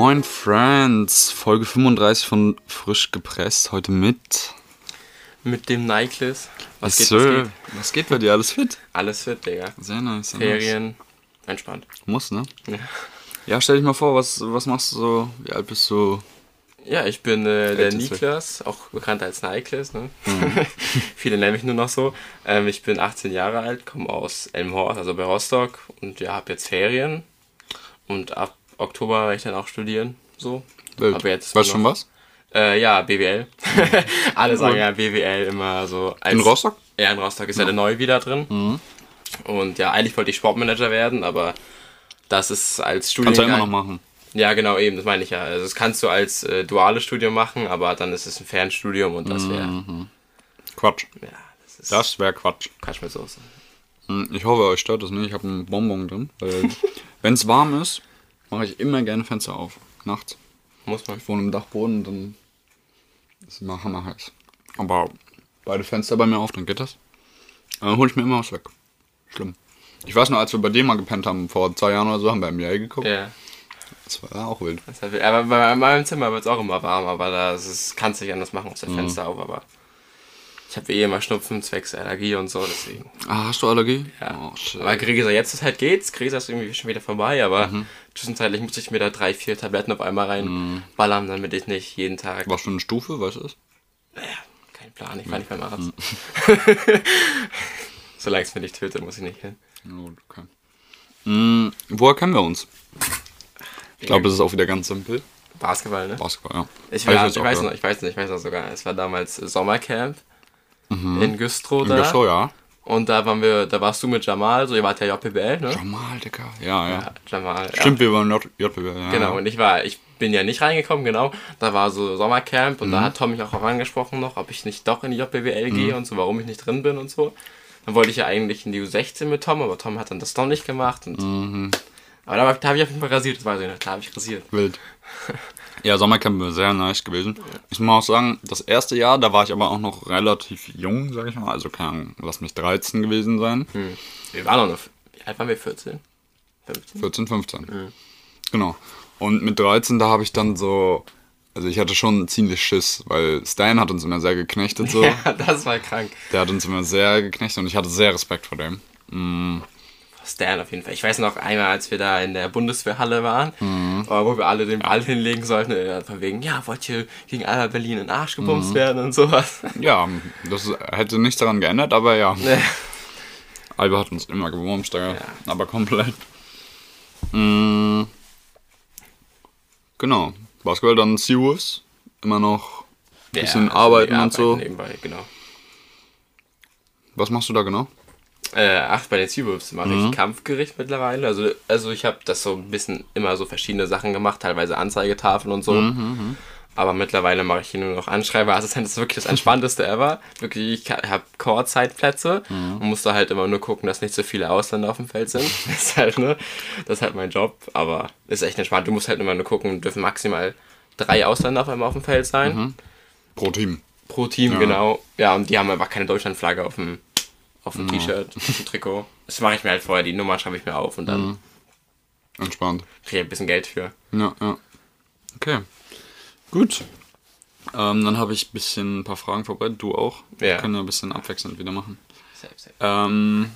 Moin Friends, Folge 35 von Frisch gepresst, heute mit dem Niklas. Was geht? Was geht bei dir? Alles fit? Alles fit, Digga. Sehr nice. Ferien, entspannt. Muss, ne? Ja. Ja, stell dich mal vor, was machst du so? Wie alt bist du? Ja, ich bin der Niklas, auch bekannt als Niklas, ne? Viele nennen mich nur noch so. Ich bin 18 Jahre alt, komme aus Elmhorst, also bei Rostock, und ja, habe jetzt Ferien. Und ab Oktober werde ich dann auch studieren, so. Wild. Aber jetzt weißt du schon was? Ja, BWL. Alle sagen ja BWL immer so. In Rostock? Ja, in Rostock ist ja der Neue wieder drin. Mhm. Und ja, eigentlich wollte ich Sportmanager werden, aber das ist als Studiengang... Kannst du ja immer noch machen. Ja, genau, eben, das meine ich ja. Also das kannst du als duales Studium machen, aber dann ist es ein Fernstudium und das wäre... Quatsch. Ja, Das wäre Quatsch. Quatsch mit Soße. Ich hoffe, euch stört das nicht. Ich habe einen Bonbon drin. Wenn es warm ist, mache ich immer gerne Fenster auf. Nachts. Muss man. Ich wohne im Dachboden und dann ist es immer hammerheiß. Aber beide Fenster bei mir auf, dann geht das. Dann hole ich mir immer was weg. Schlimm. Ich weiß noch, als wir bei dir mal gepennt haben, vor 2 Jahren oder so, haben wir NBA geguckt. Ja. Das war auch wild. Aber bei meinem Zimmer wird es auch immer warm, aber kannst du nicht anders machen, aus dem Fenster auf, aber ich habe immer Schnupfen, zwecks Allergie und so, deswegen. Ah, hast du Allergie? Ja. Oh, shit. Aber Gräser, jetzt ist halt geht's. Gräser ist irgendwie schon wieder vorbei, aber zwischenzeitlich musste ich mir da 3-4 Tabletten auf einmal reinballern, damit ich nicht jeden Tag... Was für eine Stufe, weißt du das? Naja, kein Plan, ich war nicht beim Arzt. Solange es mir nicht tötet, muss ich nicht hin. Ja, gut, okay. Woher kennen wir uns? Ich glaube, das ist auch wieder ganz simpel. Basketball, ne? Basketball, ja. Ich weiß noch sogar, es war damals Sommercamp in Güstrow da. In Güstrow, ja. Und da warst du mit Jamal, so ihr wart ja JPBL, ne? Jamal, Digga. Ja. Ja, Jamal. Stimmt, wir waren JPBL, ja. Genau, und ich bin ja nicht reingekommen, genau. Da war so Sommercamp und da hat Tom mich auch angesprochen noch, ob ich nicht doch in die JBWL gehe und so, warum ich nicht drin bin und so. Dann wollte ich ja eigentlich in die U16 mit Tom, aber Tom hat dann das doch nicht gemacht. Und aber da habe ich auf jeden Fall rasiert, das weiß ich nicht, da habe ich rasiert. Wild. Ja, Sommercamp war sehr nice gewesen. Ich muss auch sagen, das erste Jahr, da war ich aber auch noch relativ jung, sag ich mal. Also lass mich 13 gewesen sein. Wir waren noch, wie alt waren wir, 14? 15? 14, 15. Genau. Und mit 13, da habe ich dann so, also ich hatte schon ziemlich Schiss, weil Stan hat uns immer sehr geknechtet so. Ja, das war krank. Der hat uns immer sehr geknechtet und ich hatte sehr Respekt vor dem. Stan auf jeden Fall. Ich weiß noch einmal, als wir da in der Bundeswehrhalle waren, wo wir alle den Ball hinlegen sollten, von wegen, ja, wollt ihr gegen Alba Berlin in den Arsch gebumst werden und sowas. Ja, das hätte nichts daran geändert, aber ja. Alba hat uns immer gewurmt, aber komplett. Genau. Basketball, dann Seawolves. Immer noch ein bisschen arbeiten und so. Nebenbei, genau. Was machst du da genau? Bei den Seawolves mache ich Kampfgericht mittlerweile. Also ich habe das so ein bisschen immer so verschiedene Sachen gemacht, teilweise Anzeigetafeln und so. Aber mittlerweile mache ich hier nur noch Anschreiberassistent. Das ist wirklich das Entspannteste ever. Wirklich, ich habe Core-Zeitplätze und muss da halt immer nur gucken, dass nicht so viele Ausländer auf dem Feld sind. Das ist halt mein Job, aber ist echt entspannt. Du musst halt immer nur gucken, dürfen maximal 3 Ausländer auf einmal auf dem Feld sein. Pro Team. Pro Team, genau. Ja, und die haben einfach keine Deutschlandflagge auf dem T-Shirt, auf dem Trikot. Das mache ich mir halt vorher, die Nummer schreibe ich mir auf und dann Entspannt. kriege ich ein bisschen Geld für. Ja. Okay. Gut. Dann habe ich ein paar Fragen vorbereitet. Du auch? Ja. Wir können ja ein bisschen abwechselnd wieder machen. Safe.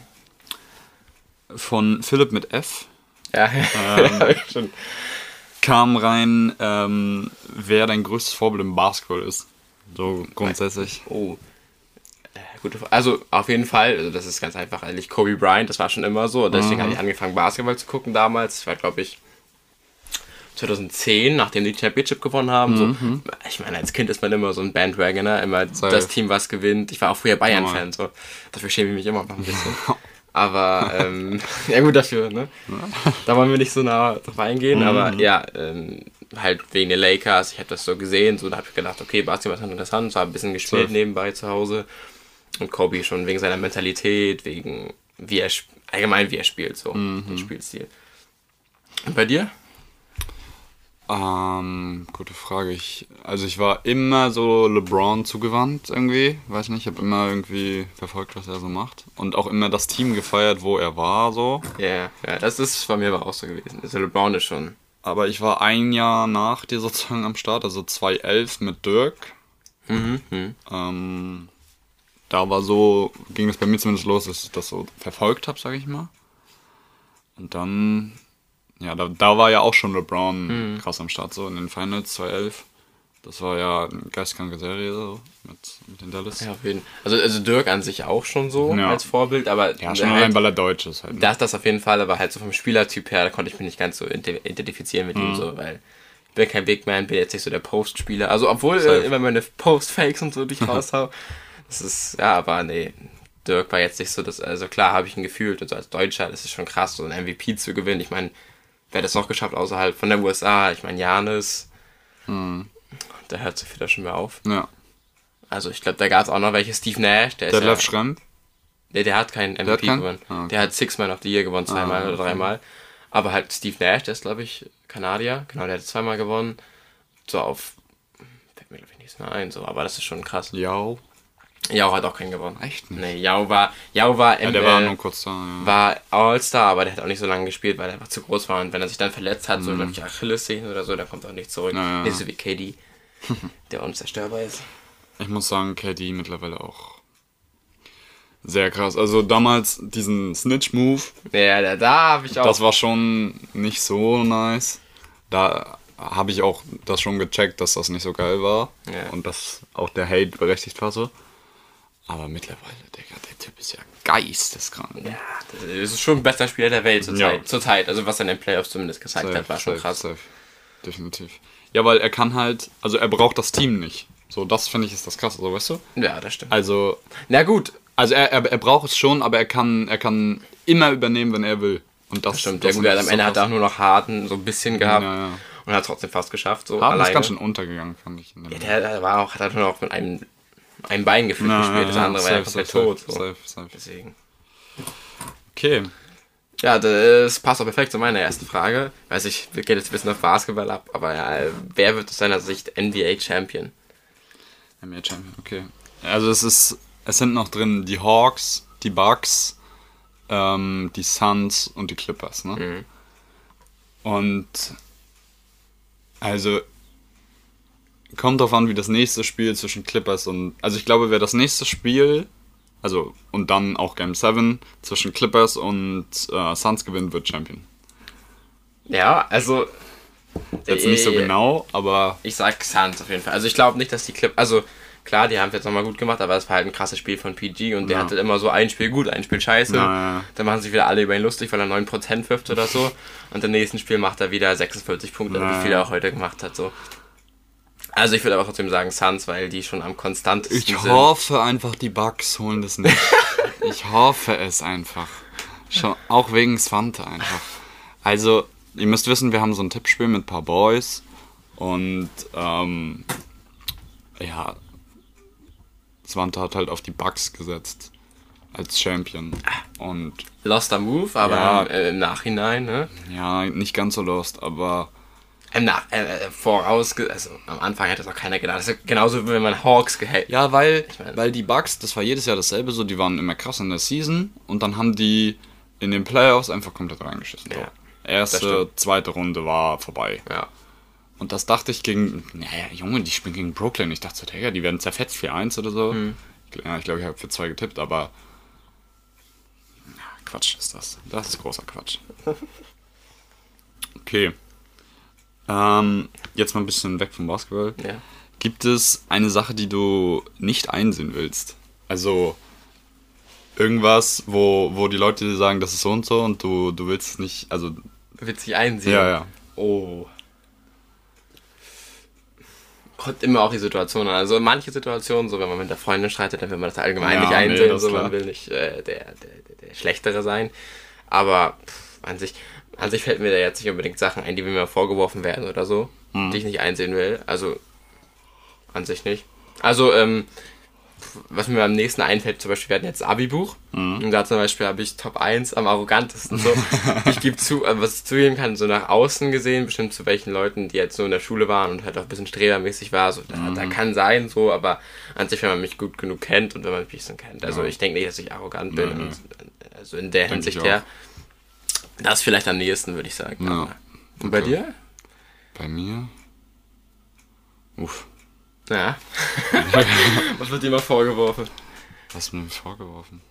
Von Philipp mit F Ja, schon. kam rein, wer dein größtes Vorbild im Basketball ist. So grundsätzlich. Oh. Gute Frage. Also auf jeden Fall, also das ist ganz einfach, eigentlich Kobe Bryant, das war schon immer so. Deswegen habe ich angefangen Basketball zu gucken damals. Das war, glaube ich, 2010, nachdem die Championship gewonnen haben. So, ich meine, als Kind ist man immer so ein Bandwagoner, immer das Team, was gewinnt. Ich war auch früher Bayern-Fan, so. Dafür schäme ich mich immer noch ein bisschen. Aber, ja gut, dafür, ne? Da wollen wir nicht so nah drauf eingehen, aber ja, halt wegen den Lakers, ich habe das so gesehen, so, da habe ich gedacht, okay, Basketball ist interessant, so habe ein bisschen gespielt nebenbei zu Hause. Und Kobe schon wegen seiner Mentalität, wegen wie er spielt, so, den Spielstil. Und bei dir? Gute Frage. Ich war immer so LeBron zugewandt irgendwie. Weiß nicht, ich habe immer irgendwie verfolgt, was er so macht. Und auch immer das Team gefeiert, wo er war, so. Ja, das ist bei mir aber auch so gewesen. Also LeBron ist schon aber ich war ein Jahr nach dir sozusagen am Start, also 2011 mit Dirk. Da war so, ging es bei mir zumindest los, dass ich das so verfolgt habe, sag ich mal. Und dann, ja, da war ja auch schon LeBron krass am Start, so in den Finals 2011. Das war ja eine geistkranke Serie so mit den Dallas. Ja, auf jeden Fall. Also Dirk an sich auch schon so als Vorbild, aber... Ja, schon allein, weil er Deutsch ist halt. Das auf jeden Fall, aber halt so vom Spielertyp her, da konnte ich mich nicht ganz so identifizieren mit ihm so, weil ich bin kein Big Man, bin jetzt nicht so der Post-Spieler. Also obwohl immer meine Post-Fakes und so, die ich raushau. Das ist, ja, aber nee, Dirk war jetzt nicht so, also klar habe ich ihn gefühlt und so als Deutscher, das ist schon krass, so ein MVP zu gewinnen. Ich meine, wer hat das noch geschafft außerhalb von der USA? Ich meine, Giannis... Da hört sich wieder schon mehr auf. Ja. Also ich glaube, da gab es auch noch welche. Steve Nash, der ist Detlef Schrempf? Nee, der hat keinen MVP gewonnen. Okay. Der hat Six Man of the Year gewonnen, zweimal oder dreimal. Aber halt Steve Nash, der ist, glaube ich, Kanadier. Genau, der hat zweimal gewonnen. So auf... Fällt mir, glaube ich, nichts mehr ein. So, aber das ist schon krass. Yao hat auch keinen gewonnen. Echt nicht? Nee, Yao war der war nur kurz da, ja. War All-Star, aber der hat auch nicht so lange gespielt, weil er einfach zu groß war. Und wenn er sich dann verletzt hat, so glaube ich Achillessehnen oder so, dann kommt er auch nicht zurück. Ja. Nicht so wie KD. Der unzerstörbar ist. Ich muss sagen, KD mittlerweile auch sehr krass. Also damals diesen Snitch-Move. Ja, da habe ich auch. Das war schon nicht so nice. Da habe ich auch das schon gecheckt, dass das nicht so geil war. Ja. Und dass auch der Hate berechtigt war so. Aber mittlerweile, Digga, der Typ ist ja geisteskrank. Ja, das ist schon ein bester Spieler der Welt zurzeit. Also was er in den Playoffs zumindest gezeigt hat, war schon krass. Safe. Definitiv. Ja, weil er kann halt, also er braucht das Team nicht. So, das finde ich ist das Krasse, so, weißt du? Ja, das stimmt. Also, na gut. Also er braucht es schon, aber er kann immer übernehmen, wenn er will. Und das stimmt. Der Gute am Ende hat er auch nur noch Harden so ein bisschen gehabt und hat trotzdem fast geschafft. So Harden ist ganz schön untergegangen, fand ich. Ja, der hat halt nur noch mit einem Bein gespielt, das andere war ja komplett tot. So. Safe. Deswegen. Okay. Ja, das passt auch perfekt zu meiner ersten Frage. Weiß ich, wir gehen jetzt ein bisschen auf Basketball ab, aber ja, wer wird aus deiner Sicht NBA Champion? NBA Champion, okay. Also es sind noch drin die Hawks, die Bucks, die Suns und die Clippers, ne? Und also kommt drauf an, wie das nächste Spiel zwischen Clippers und... Also ich glaube, wer das nächste Spiel... Also, und dann auch Game 7 zwischen Clippers und Suns gewinnt, wird Champion. Ja, also... Jetzt nicht so genau, aber... Ich sag Suns auf jeden Fall. Also ich glaube nicht, dass die Clippers... Also klar, die haben es jetzt nochmal gut gemacht, aber es war halt ein krasses Spiel von PG und der hatte immer so ein Spiel gut, ein Spiel scheiße. Dann machen sich wieder alle über ihn lustig, weil er 9% wirft oder so. Und im nächsten Spiel macht er wieder 46 Punkte, wie viel er auch heute gemacht hat. So. Also ich würde aber trotzdem sagen Suns, weil die schon am konstantesten sind. Ich hoffe einfach, die Bucks holen das nicht. Ich hoffe es einfach. Schon, auch wegen Svante einfach. Also, ihr müsst wissen, wir haben so ein Tippspiel mit ein paar Boys. Und, ja, Svante hat halt auf die Bucks gesetzt. Als Champion. Und loster Move, aber im Nachhinein, ne? Ja, nicht ganz so lost, aber... also am Anfang hätte es auch keiner gedacht. Das ist genauso, wie wenn man Hawks gehatet. Ja, weil die Bucks, das war jedes Jahr dasselbe, so, die waren immer krass in der Season und dann haben die in den Playoffs einfach komplett reingeschissen. Ja, erste, zweite Runde war vorbei. Ja. Und das dachte ich Junge, die spielen gegen Brooklyn. Ich dachte so, Digga, die werden zerfetzt 4-1 oder so. Ja, ich glaube, ich habe für 2 getippt, aber Quatsch ist das. Das ist großer Quatsch. Okay. Jetzt mal ein bisschen weg vom Basketball. Ja. Gibt es eine Sache, die du nicht einsehen willst? Also irgendwas, wo die Leute dir sagen, das ist so und so und du willst es nicht, also... Du willst nicht einsehen? Ja. Oh. Kommt immer auch die Situation an. Also manche Situationen, so wenn man mit der Freundin streitet, dann will man das allgemein nicht einsehen. So, man will nicht der Schlechtere sein. Aber an sich fällt mir da jetzt nicht unbedingt Sachen ein, die mir vorgeworfen werden oder so, die ich nicht einsehen will. Also, an sich nicht. Also, was mir am nächsten einfällt, zum Beispiel, wir hatten jetzt Abi-Buch. Und da zum Beispiel habe ich Top 1 am arrogantesten. So. Ich gebe zu, was ich zugeben kann, so nach außen gesehen, bestimmt zu welchen Leuten, die jetzt so in der Schule waren und halt auch ein bisschen strebermäßig war. So, da kann sein, so, aber an sich, wenn man mich gut genug kennt und wenn man mich ein bisschen kennt. Also, ich denke nicht, dass ich arrogant bin. Und, also in der Hinsicht her. Das vielleicht am nächsten, würde ich sagen. Ja. Und bei dir? Bei mir? Uff. Ja. Was wird dir mal vorgeworfen? Was mir vorgeworfen?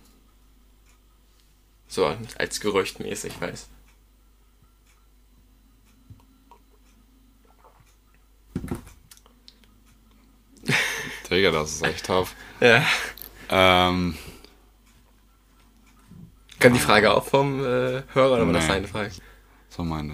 So, als Gerücht mäßig, weiß. Digga, das ist echt tough. Ja. Ähm, Kann die Frage auch vom Hörer oder war das Nee. seine Frage? so meine.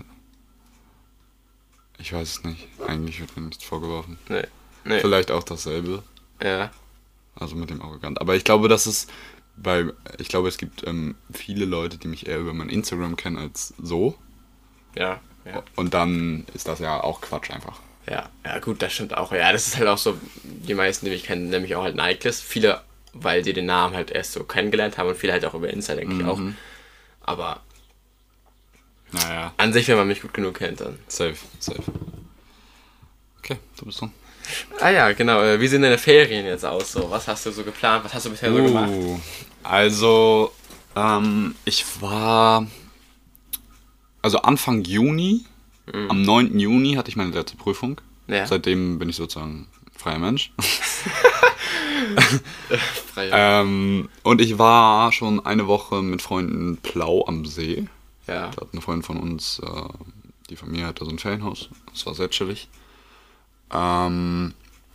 Ich weiß es nicht. Eigentlich wird mir nichts vorgeworfen. Nee. Vielleicht auch dasselbe. Ja. Also mit dem arrogant. Aber ich glaube, ich glaube, es gibt viele Leute, die mich eher über mein Instagram kennen als so. Ja. Und dann ist das ja auch Quatsch einfach. Ja, gut, das stimmt auch. Ja, das ist halt auch so, die meisten, die mich kennen, nämlich auch halt Nikes. Viele, weil sie den Namen halt erst so kennengelernt haben und viele halt auch über Insta, denke ich auch. Aber Naja, an sich, wenn man mich gut genug kennt, dann. safe. Okay, du bist dran. Ah ja, genau. Wie sehen deine Ferien jetzt aus? So, was hast du so geplant? Was hast du bisher so gemacht? Also, ich war... Also Anfang Juni, am 9. Juni hatte ich meine letzte Prüfung. Ja. Seitdem bin ich sozusagen freier Mensch. Frei. Und ich war schon eine Woche mit Freunden in Plau am See. Ja. Da hat eine Freundin von uns, die Familie hatte so ein Ferienhaus. Das war sehr chillig. Dann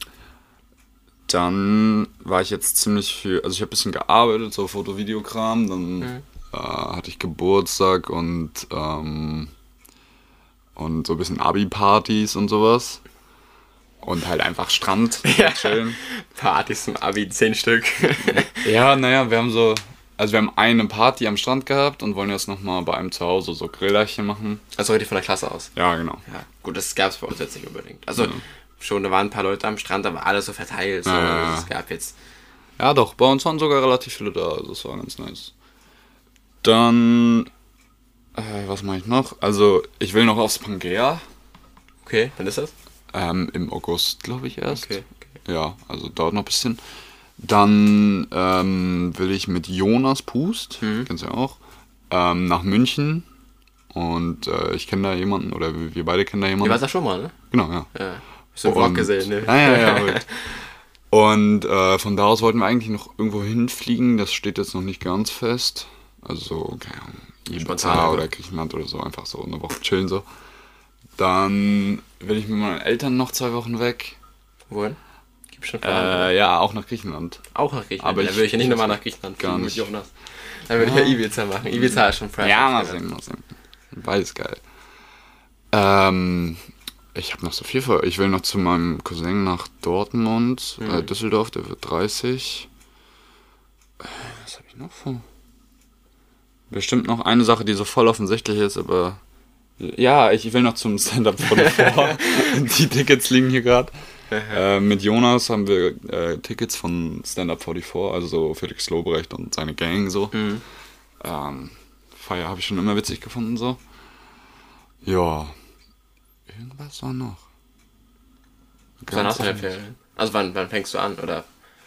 war ich jetzt ziemlich viel, also ich habe ein bisschen gearbeitet, so Foto-Videokram, dann hatte ich Geburtstag und so ein bisschen Abi-Partys und sowas. Und halt einfach Strand, chillen. Partys zum Abi, 10 Stück. Ja, naja, wir haben eine Party am Strand gehabt und wollen jetzt nochmal bei einem zu Hause so Grillerchen machen. Also richtig von der Klasse aus. Ja, genau. Ja, gut, das gab es bei uns jetzt nicht unbedingt. Also schon, da waren ein paar Leute am Strand, aber alles so verteilt. So. Ja. Also, es gab jetzt... Ja, doch, bei uns waren sogar relativ viele da, also das war ganz nice. Dann, was mache ich noch? Also, ich will noch aufs Pangea. Okay, wann ist das? Im August, glaube ich, erst. Okay. Ja, also dauert noch ein bisschen. Dann will ich mit Jonas Pust, kennst du ja auch, nach München. Und ich kenne da jemanden, oder wir beide kennen da Du jemanden. warst da schon mal, ne? Genau, ja. Ja. So ein Vlog gesehen, ne? Ja, wild. Und von da aus wollten wir eigentlich noch irgendwo hinfliegen. Das steht jetzt noch nicht ganz fest. Also, keine Ahnung, Ibiza Spontan, oder Griechenland oder so. Einfach so eine Woche chillen so. Dann will ich mit meinen Eltern noch 2 Wochen weg. Wohin? Gibt's schon Plan? Ja, auch nach Griechenland. Auch nach Griechenland. Aber Dann würde ich ja nicht nochmal nach Griechenland gar fliegen mit nicht. Jonas. Dann würde ich ja Ibiza machen. Ibiza ist schon fresh. Ja, mal sehen. Beides geil. Ich habe noch so viel vor. Ich will noch zu meinem Cousin nach Dortmund, Düsseldorf, der wird 30. Was habe ich noch vor? Bestimmt noch eine Sache, die so voll offensichtlich ist, aber... Ja, ich will noch zum Stand-Up von vor. Die Tickets liegen hier gerade. Mit Jonas haben wir Tickets von Stand-Up 44, also so Felix Lobrecht und seine Gang so. Feier habe ich schon immer witzig gefunden so. Ja. Irgendwas war noch. Wann hast du denn Ferien? Also wann fängst du an, oder?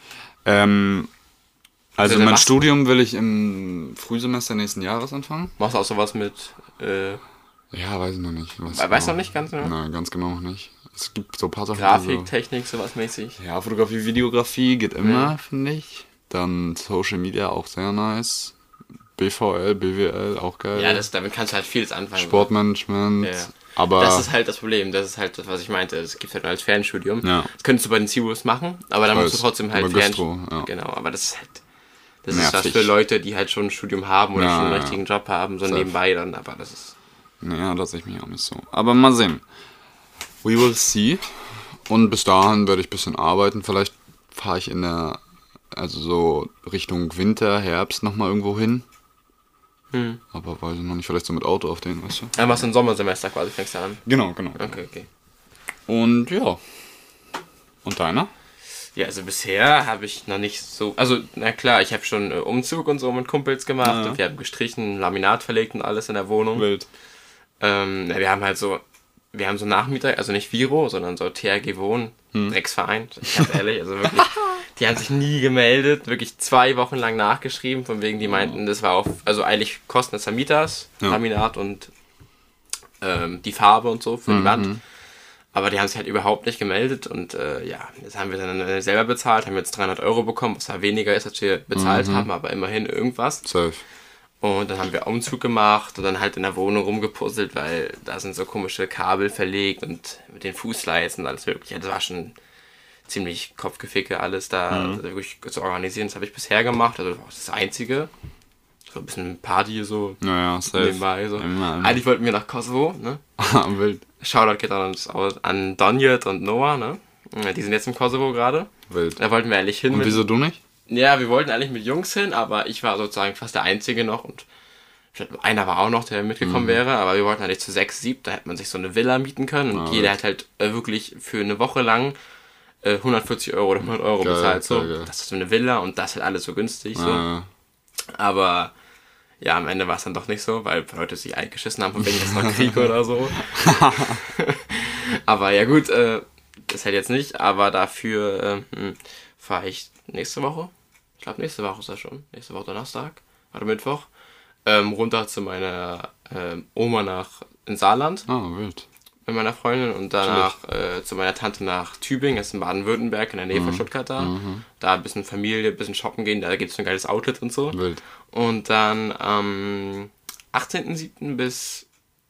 Also dann mein machst- Studium will ich im Frühsemester nächsten Jahres anfangen. Machst du auch sowas mit... Ja, weiß ich noch nicht. Weißt du noch nicht ganz genau? Nein, ganz genau noch nicht. Es gibt so ein paar Sachen. Grafik, die Technik, sowas mäßig. Ja, Fotografie, Videografie geht immer, finde ich. Dann Social Media auch sehr nice. BVL, BWL auch geil. Ja, damit kannst du halt vieles anfangen. Sportmanagement. Ja. Aber Das ist halt das Problem, das ist halt das, was ich meinte. Das gibt halt nur als Fernstudium. Ja. Das könntest du bei den CEOs machen, aber dann Ich musst du weiß. trotzdem halt Über Güstrow, ja. Genau, aber das ist halt... Das ist was Nervig. für Leute, die halt schon ein Studium haben oder Ja, schon einen ja. richtigen Job haben, so Safe. nebenbei dann, aber das ist... ja, das sehe ich mich auch nicht so. Aber mal sehen. We will see. Und bis dahin werde ich ein bisschen arbeiten. Vielleicht fahre ich also so Richtung Winter, Herbst nochmal irgendwo hin. Aber weiß ich noch nicht, vielleicht so mit Auto auf den, weißt du? Dann machst du ein Sommersemester quasi, fängst du an. Genau. Okay. Und ja. Und deiner? Ja, also bisher habe ich noch nicht so... Also, na klar, ich habe schon Umzug und so mit Kumpels gemacht Ja. und wir haben gestrichen, Laminat verlegt und alles in der Wohnung. Wild. Wir haben halt so... Wir haben so Nachmieter, also nicht Viro, sondern so TRG Wohnen, Drecksverein, ganz ehrlich, also wirklich, die haben sich nie gemeldet, wirklich 2 Wochen lang nachgeschrieben, von wegen, die meinten, das war auf, also eigentlich Kosten des Vermieters, Ja. Laminat und die Farbe und so für die Wand. Aber die haben sich halt überhaupt nicht gemeldet und jetzt haben wir dann selber bezahlt, haben jetzt 300 Euro bekommen, was ja weniger ist, als wir bezahlt haben, aber immerhin irgendwas. Safe. Und dann haben wir Umzug gemacht und dann halt in der Wohnung rumgepuzzelt, weil da sind so komische Kabel verlegt und mit den Fußleisten und alles mögliche. Das war schon ziemlich Kopfgeficke, alles da wirklich zu organisieren. Das habe ich bisher gemacht, also das war das Einzige. So ein bisschen Party so safe. nebenbei. So. Eigentlich wollten wir nach Kosovo, ne? Wild. Shoutout geht an Donjet und Noah, ne? Die sind jetzt im Kosovo gerade. Wild. Da wollten wir eigentlich hin. Und wieso du nicht? Ja, wir wollten eigentlich mit Jungs hin, aber ich war sozusagen fast der Einzige noch und einer war auch noch, der mitgekommen wäre, aber wir wollten eigentlich zu 6, 7, da hätte man sich so eine Villa mieten können und jeder hat halt wirklich für eine Woche lang 140 Euro oder 100 Euro bezahlt. So. Geil. Das ist so eine Villa und das ist halt alles so günstig. So. Aber ja, am Ende war es dann doch nicht so, weil Leute sich eingeschissen haben von wegen jetzt noch Krieg oder so. Aber ja gut, das halt jetzt nicht, aber dafür fahre ich nächste Woche. Ich glaube, nächste Woche ist das schon. Nächste Woche Donnerstag oder Mittwoch. Runter zu meiner Oma in Saarland. Wild. Mit meiner Freundin und danach zu meiner Tante nach Tübingen, das ist in Baden-Württemberg, in der Nähe von Stuttgart da. Da ein bisschen Familie, ein bisschen shoppen gehen, da gibt es ein geiles Outlet und so. Wild. Und dann am 18.07. bis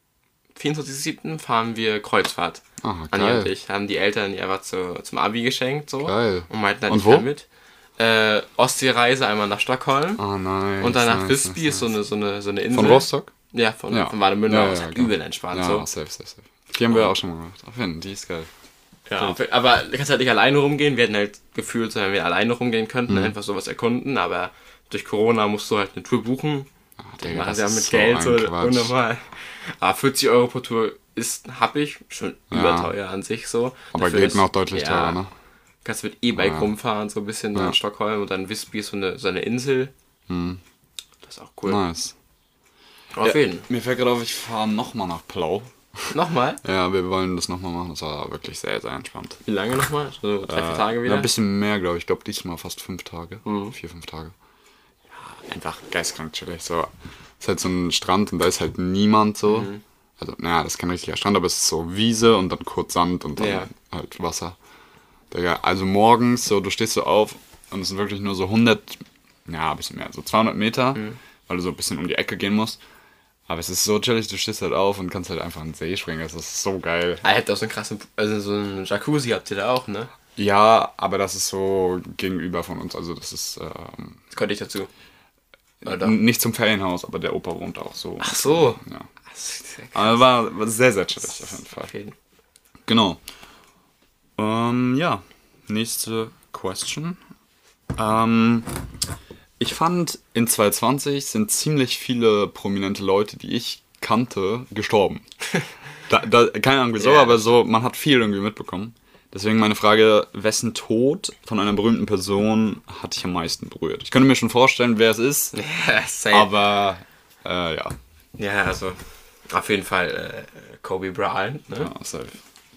24.07. fahren wir Kreuzfahrt. Anja und ich. Haben die Eltern ihr was zum Abi geschenkt. So. Geil. Und meinten dann, und ich wo? kann mit. Ostseereise einmal nach Stockholm. Nice. Und dann nach Visby ist so eine Insel. Von Rostock? Ja, von Warnemünde aus. Halt übel entspannt. Ja, so. safe. Die haben wir auch schon mal gemacht. Auf jeden Fall, die ist geil. Ja, aber du kannst halt nicht alleine rumgehen. Wir hätten halt gefühlt, wenn wir alleine rumgehen könnten, einfach sowas erkunden. Aber durch Corona musst du halt eine Tour buchen. Den machen sie ja mit so Geld so unnormal. Aber 40 Euro pro Tour hab ich schon überteuer an sich so. Aber dafür geht noch deutlich teurer, ne? Kannst mit E-Bike rumfahren, so ein bisschen in Stockholm und dann Visby ist so eine Insel. Das ist auch cool. Nice. Auf jeden. Mir fällt gerade auf, ich fahre nochmal nach Plau. Nochmal? Ja, wir wollen das nochmal machen. Das war wirklich sehr, sehr entspannt. Wie lange nochmal? So 3, 4 Tage wieder? Ein bisschen mehr, glaube ich. Ich glaube, diesmal fast 5 Tage. 4, 5 Tage. Ja, einfach geistkrank chillig. So. Ist halt so ein Strand und da ist halt niemand so. Also, das ist kein richtiger Strand, aber es ist so Wiese und dann kurz Sand und dann halt Wasser. Digga, also morgens, so, du stehst so auf und es sind wirklich nur so 100, ein bisschen mehr, so 200 Meter, weil du so ein bisschen um die Ecke gehen musst. Aber es ist so chillig, du stehst halt auf und kannst halt einfach in den See springen, das ist so geil. Ihr habt auch so einen krassen, also so einen Jacuzzi habt ihr da auch, ne? Ja, aber das ist so gegenüber von uns, also das ist... das konnte ich dazu. Nicht zum Ferienhaus, aber der Opa wohnt auch so. Ach so. Ja. Das ist sehr krass. Aber war sehr, sehr chillig auf jeden Fall. Okay. Genau. Nächste Question. Ich fand, in 2020 sind ziemlich viele prominente Leute, die ich kannte, gestorben. Keine Ahnung wieso, aber so, man hat viel irgendwie mitbekommen. Deswegen meine Frage, wessen Tod von einer berühmten Person hat dich am meisten berührt? Ich könnte mir schon vorstellen, wer es ist, aber ja. Ja, also auf jeden Fall Kobe Bryant, ne? Ja, safe.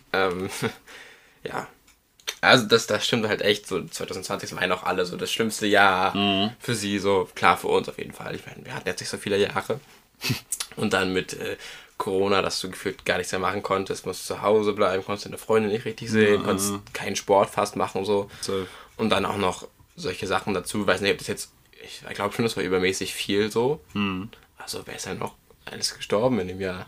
Ja. Also das stimmt halt echt, so 2020 waren ja noch alle so das schlimmste Jahr für sie, so klar für uns auf jeden Fall. Ich meine, wir hatten jetzt nicht so viele Jahre. Und dann mit Corona, dass du gefühlt gar nichts mehr machen konntest, musst zu Hause bleiben, konntest deine Freunde nicht richtig sehen, konntest keinen Sport fast machen und so. Safe. Und dann auch noch solche Sachen dazu, weiß nicht, ob das jetzt, ich glaube schon, das war übermäßig viel so. Also wer ist ja noch alles gestorben in dem Jahr?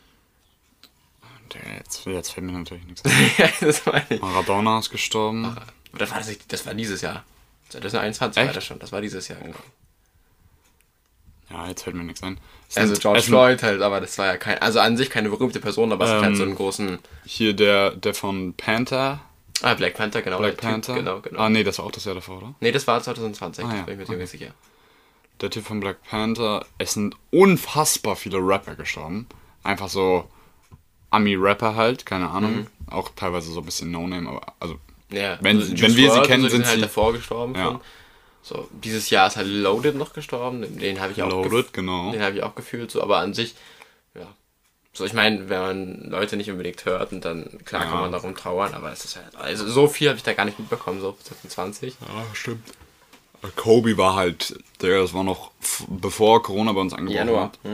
Jetzt fällt mir natürlich nichts ein. Ja, das meine ich. Maradona ist gestorben. Das war dieses Jahr. 2021 war das schon, das war dieses Jahr, genau. Ja, jetzt fällt mir nichts ein. Also George Floyd halt, aber das war ja also an sich keine berühmte Person, aber es hat halt so einen großen... Hier der von Panther. Black Panther, genau. Black Panther? Genau. Nee, das war auch das Jahr davor, oder? Nee, das war 2020, das bin ich mir ziemlich sicher. Der Typ von Black Panther, es sind unfassbar viele Rapper gestorben. Einfach so Ami-Rapper halt, keine Ahnung. Auch teilweise so ein bisschen No-Name, aber also... Ja, wenn wir sie kennen, sind halt sie... davor gestorben schon. So, dieses Jahr ist halt Loaded noch gestorben, den habe ich auch genau. Den habe ich auch gefühlt, so, aber an sich, ja. So, ich meine, wenn man Leute nicht unbedingt hört und dann, klar kann man darum trauern, aber es ist halt, also so viel habe ich da gar nicht mitbekommen, so 2020. Ja, stimmt. Kobe war halt, das war noch bevor Corona bei uns angefangen hat.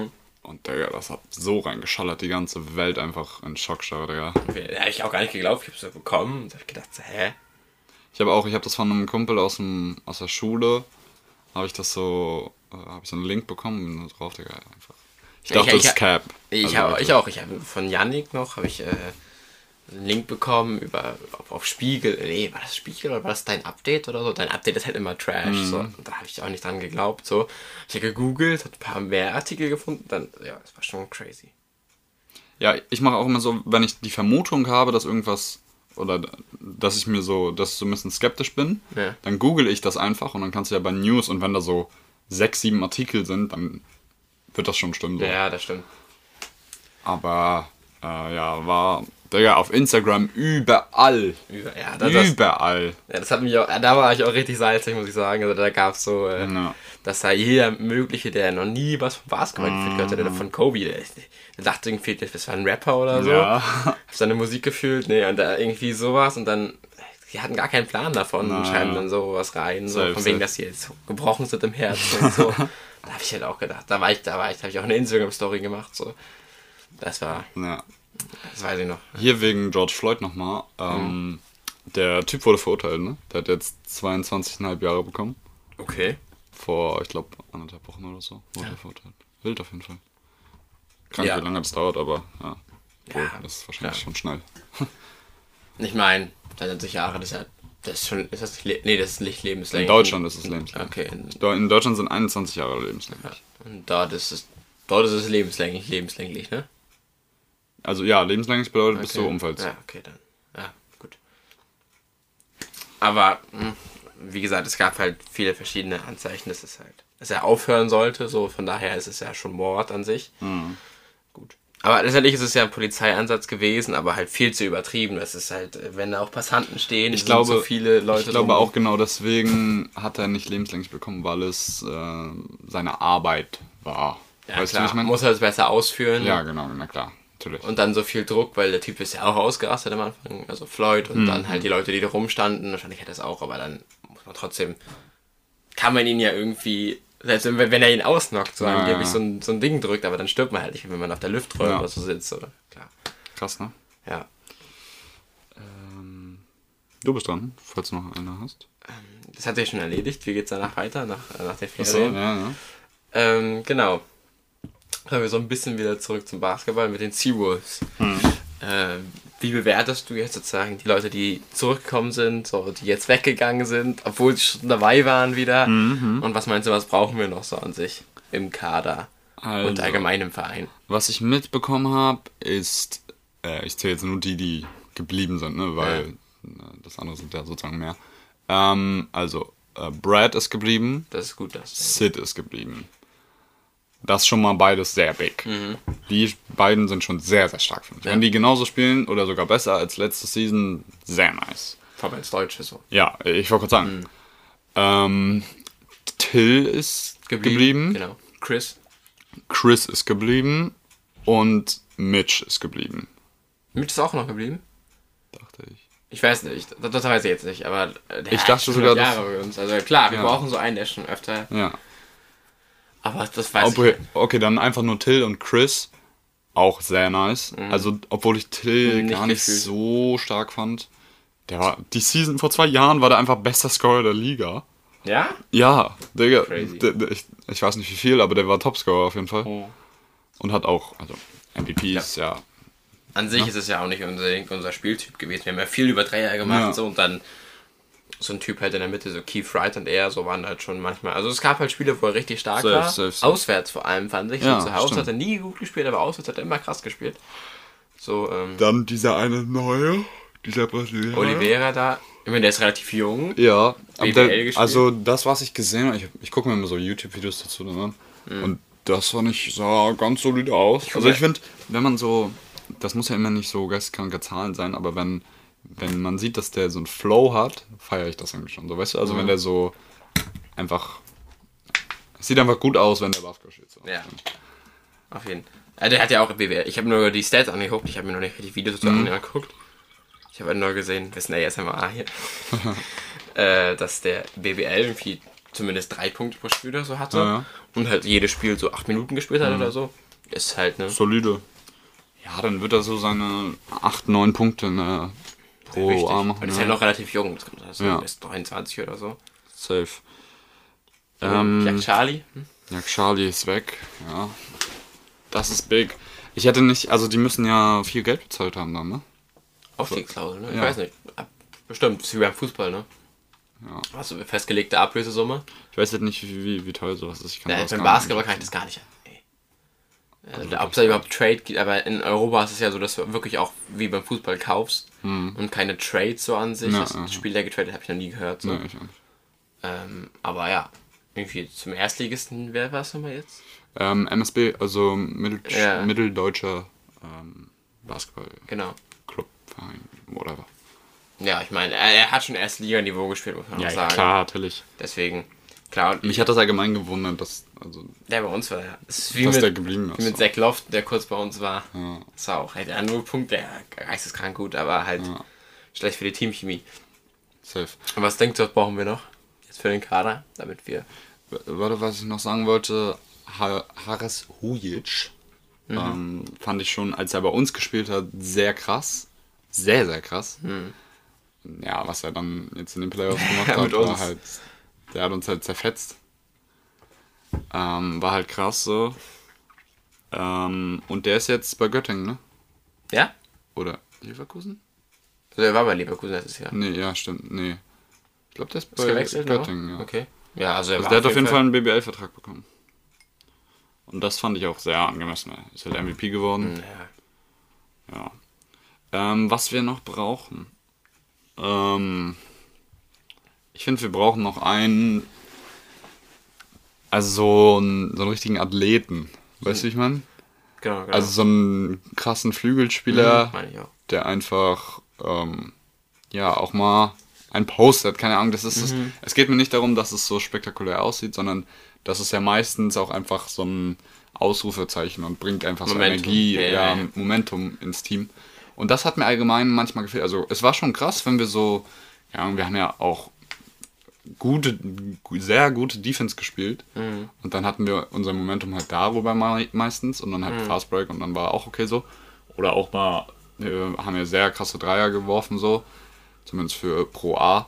Und Digga, das hat so reingeschallert, die ganze Welt einfach in Schockstarre, Digga. Ja, ich auch gar nicht geglaubt, ich hab's so bekommen und hab gedacht, so, hä? Ich habe das von einem Kumpel aus der Schule, habe ich so einen Link bekommen und drauf, Digga, einfach. Ich dachte, das ist Cap. Ich auch. Ich habe von Yannick noch, einen Link bekommen auf Spiegel. Nee, war das Spiegel oder war das dein Update oder so? Dein Update ist halt immer Trash. So. Und da habe ich auch nicht dran geglaubt. So. Ich habe gegoogelt, habe ein paar mehr Artikel gefunden. Dann, ja, das war schon crazy. Ja, ich mache auch immer so, wenn ich die Vermutung habe, dass irgendwas, oder dass ich so ein bisschen skeptisch bin, dann google ich das einfach und dann kannst du ja bei News, und wenn da so 6, 7 Artikel sind, dann wird das schon stimmen. So. Ja, das stimmt. Aber, war... Digga, auf Instagram überall. Überall. Ja, das hat mich auch, da war ich auch richtig salzig, muss ich sagen. Also da gab es so, dass da jeder Mögliche, der noch nie was vom Basketball gefühlt hatte, der von Kobe, der dachte irgendwie, das war ein Rapper oder so. Ja. Hab seine Musik gefühlt, und da irgendwie sowas und dann, die hatten gar keinen Plan davon und schreiben dann sowas rein, so von wegen, dass die jetzt gebrochen sind im Herzen und so. Da habe ich halt auch gedacht, da habe ich auch eine Instagram-Story gemacht, so. Das war... Ja. Das weiß ich noch. Hier wegen George Floyd nochmal. Der Typ wurde verurteilt, ne? Der hat jetzt 22,5 Jahre bekommen. Okay. Vor, ich glaube, 1,5 Wochen oder so wurde er verurteilt. Wild auf jeden Fall. Krank, wie lange das dauert, aber ja. Das ist wahrscheinlich schon schnell. Ich meine, 23 Jahre, das ist nicht lebenslänglich. In Deutschland ist es lebenslänglich. Okay. In Deutschland sind 21 Jahre lebenslänglich. Ja. Und dort ist es lebenslänglich, ne? Also ja, lebenslänglich bedeutet bis zur Unfalls. Ja, okay, dann. Ja, gut. Aber, wie gesagt, es gab halt viele verschiedene Anzeichen, dass er aufhören sollte. So, von daher ist es ja schon Mord an sich. Gut. Aber letztendlich ist es ja ein Polizeieinsatz gewesen, aber halt viel zu übertrieben. Das ist halt, wenn da auch Passanten stehen, sind so viele Leute. Ich glaube auch genau deswegen hat er nicht lebenslänglich bekommen, weil es seine Arbeit war. Ja, weißt klar, man muss halt besser ausführen. Ja, genau, na klar. Natürlich. Und dann so viel Druck, weil der Typ ist ja auch ausgerastet am Anfang, also Floyd, und dann halt die Leute, die da rumstanden, wahrscheinlich hat er es auch, aber dann muss man trotzdem, kann man ihn ja irgendwie, selbst wenn er ihn ausnockt, so angeblich so ein Ding drückt, aber dann stirbt man halt nicht, wenn man auf der Luftröhre oder so sitzt, oder? Klar. Krass, ne? Ja. Du bist dran, falls du noch eine hast. Das hat sich schon erledigt, wie geht's danach weiter, nach der Ferien? So, ja. Genau. Kommen wir so ein bisschen wieder zurück zum Basketball mit den Seawolves. Wie bewertest du jetzt sozusagen die Leute, die zurückgekommen sind, so, die jetzt weggegangen sind, obwohl sie schon dabei waren wieder? Und was meinst du, was brauchen wir noch so an sich im Kader und allgemein im Verein? Was ich mitbekommen habe, ist, ich zähle jetzt nur die geblieben sind, ne, weil das andere sind ja sozusagen mehr. Brad ist geblieben. Das ist gut. Sid ist geblieben. Das ist schon mal beides sehr big. Die beiden sind schon sehr, sehr stark, finde ich. Ja. Wenn die genauso spielen oder sogar besser als letzte Season, sehr nice. Vor allem als Deutsche so. Ja, ich wollte gerade sagen. Till ist geblieben. Genau. Chris ist geblieben. Und Mitch ist geblieben. Mitch ist auch noch geblieben? Dachte ich. Ich weiß nicht, das weiß ich jetzt nicht, aber ich dachte sogar, Jahre bei uns. Also klar, wir brauchen so einen, der schon öfter... Ja. Aber das weiß ich. Okay, dann einfach nur Till und Chris. Auch sehr nice. Also, obwohl ich Till gar nicht so stark fand. Die Season vor 2 Jahren war der einfach bester Scorer der Liga. Ja? Ja, Digga. Crazy. Ich weiß nicht wie viel, aber der war Topscorer auf jeden Fall. Und hat auch, MVPs, ja. An sich ist es ja auch nicht unser Spieltyp gewesen. Wir haben ja viel über Dreier gemacht so, und dann so ein Typ halt in der Mitte, so Keith Wright und er, so waren halt schon manchmal. Also es gab halt Spiele, wo er richtig stark war. Safe. Auswärts vor allem, fand ich. Ja, so zu Hause hat er nie gut gespielt, aber auswärts hat er immer krass gespielt. So, dann dieser eine neue, dieser Brasilianer. Oliveira da. Ich meine, der ist relativ jung. Ja, aber das, was ich gesehen habe, ich gucke mir immer so YouTube-Videos dazu an. Und das sah ganz solide aus. Also ich finde, wenn man so, das muss ja immer nicht so geisteskranke Zahlen sein, aber wenn man sieht, dass der so einen Flow hat, feiere ich das eigentlich schon. So, weißt du, also wenn der so einfach, es sieht einfach gut aus, wenn der Basketball spielt. So. Ja, auf jeden Fall. Also der hat ja auch BWL. Ich habe nur die Stats angeguckt, ich habe mir noch nicht die Videos dazu angeguckt. Ich habe nur gesehen, wissen der SMA hier, dass der BWL irgendwie zumindest 3 Punkte pro Spiel oder so hatte. Und halt jedes Spiel so 8 Minuten gespielt hat oder so. ist halt, ne? Solide. Ja, dann wird er so seine 8, 9 Punkte pro Jahr machen. Und ist halt noch relativ jung. Das ist 23 oder so. Safe. Jack Charlie? Ja, Charlie ist weg. Ja. Das ist big. Ich hätte nicht, also die müssen ja viel Geld bezahlt haben dann, ne? Aufstiegsklausel, ne? Ich weiß nicht. Bestimmt, ist wie beim Fußball, ne? Ja. Hast du eine festgelegte Ablösesumme? Ich weiß jetzt nicht, wie teuer sowas ist. Beim Basketball kann ich das gar nicht. Ob es da überhaupt Trade gibt, aber in Europa ist es ja so, dass du wirklich auch wie beim Fußball kaufst und keine Trades so an sich. Das Spiel, der getradet, habe ich noch nie gehört. So. Nee, ich auch nicht. Aber ja, irgendwie zum Erstligisten, wer war es nochmal jetzt? MSB, also Mitteldeutscher Basketball. Genau. Clubverein, whatever. Ja, ich meine, er hat schon Erstliganiveau gespielt, muss man auch sagen. Ja, klar, natürlich. Deswegen, klar. Und mich hat das allgemein gewundert, dass... Also, der bei uns war, ja. Das ist wie der geblieben ist. Wie mit Zach Loft, der kurz bei uns war. Ja. Das war auch halt ein Nullpunkt, der geisteskrank gut, aber halt schlecht für die Teamchemie. Safe. Und was denkst du, was brauchen wir noch jetzt für den Kader, damit wir... Warte, was ich noch sagen wollte, Haris Hujic fand ich schon, als er bei uns gespielt hat, sehr krass. Sehr, sehr krass. Ja, was er dann jetzt in den Playoffs gemacht hat, war halt, der hat uns halt zerfetzt. War halt krass so. Und der ist jetzt bei Göttingen, ne? Ja? Oder Leverkusen? Also er war bei Leverkusen letztes Jahr. Nee, ja, stimmt, nee. Ich glaube, der ist bei Göttingen, ja. Okay. Ja, also der hat auf jeden Fall einen BBL-Vertrag bekommen. Und das fand ich auch sehr angemessen. Ist halt MVP geworden. Ja. Was wir noch brauchen. Ich finde, wir brauchen noch einen. Also so einen richtigen Athleten. Weißt du, wie ich meine? Genau. Also so einen krassen Flügelspieler, meine ich auch. Der einfach auch mal ein Post hat. Keine Ahnung, das ist es geht mir nicht darum, dass es so spektakulär aussieht, sondern das ist ja meistens auch einfach so ein Ausrufezeichen und bringt einfach so Energie, Momentum ins Team. Und das hat mir allgemein manchmal gefehlt. Also es war schon krass, wenn wir so, wir haben ja auch sehr gute Defense gespielt. Und dann hatten wir unser Momentum halt darüber meistens und dann halt Fast Break und dann war auch okay so. Oder auch mal, haben wir sehr krasse Dreier geworfen so, zumindest für Pro A.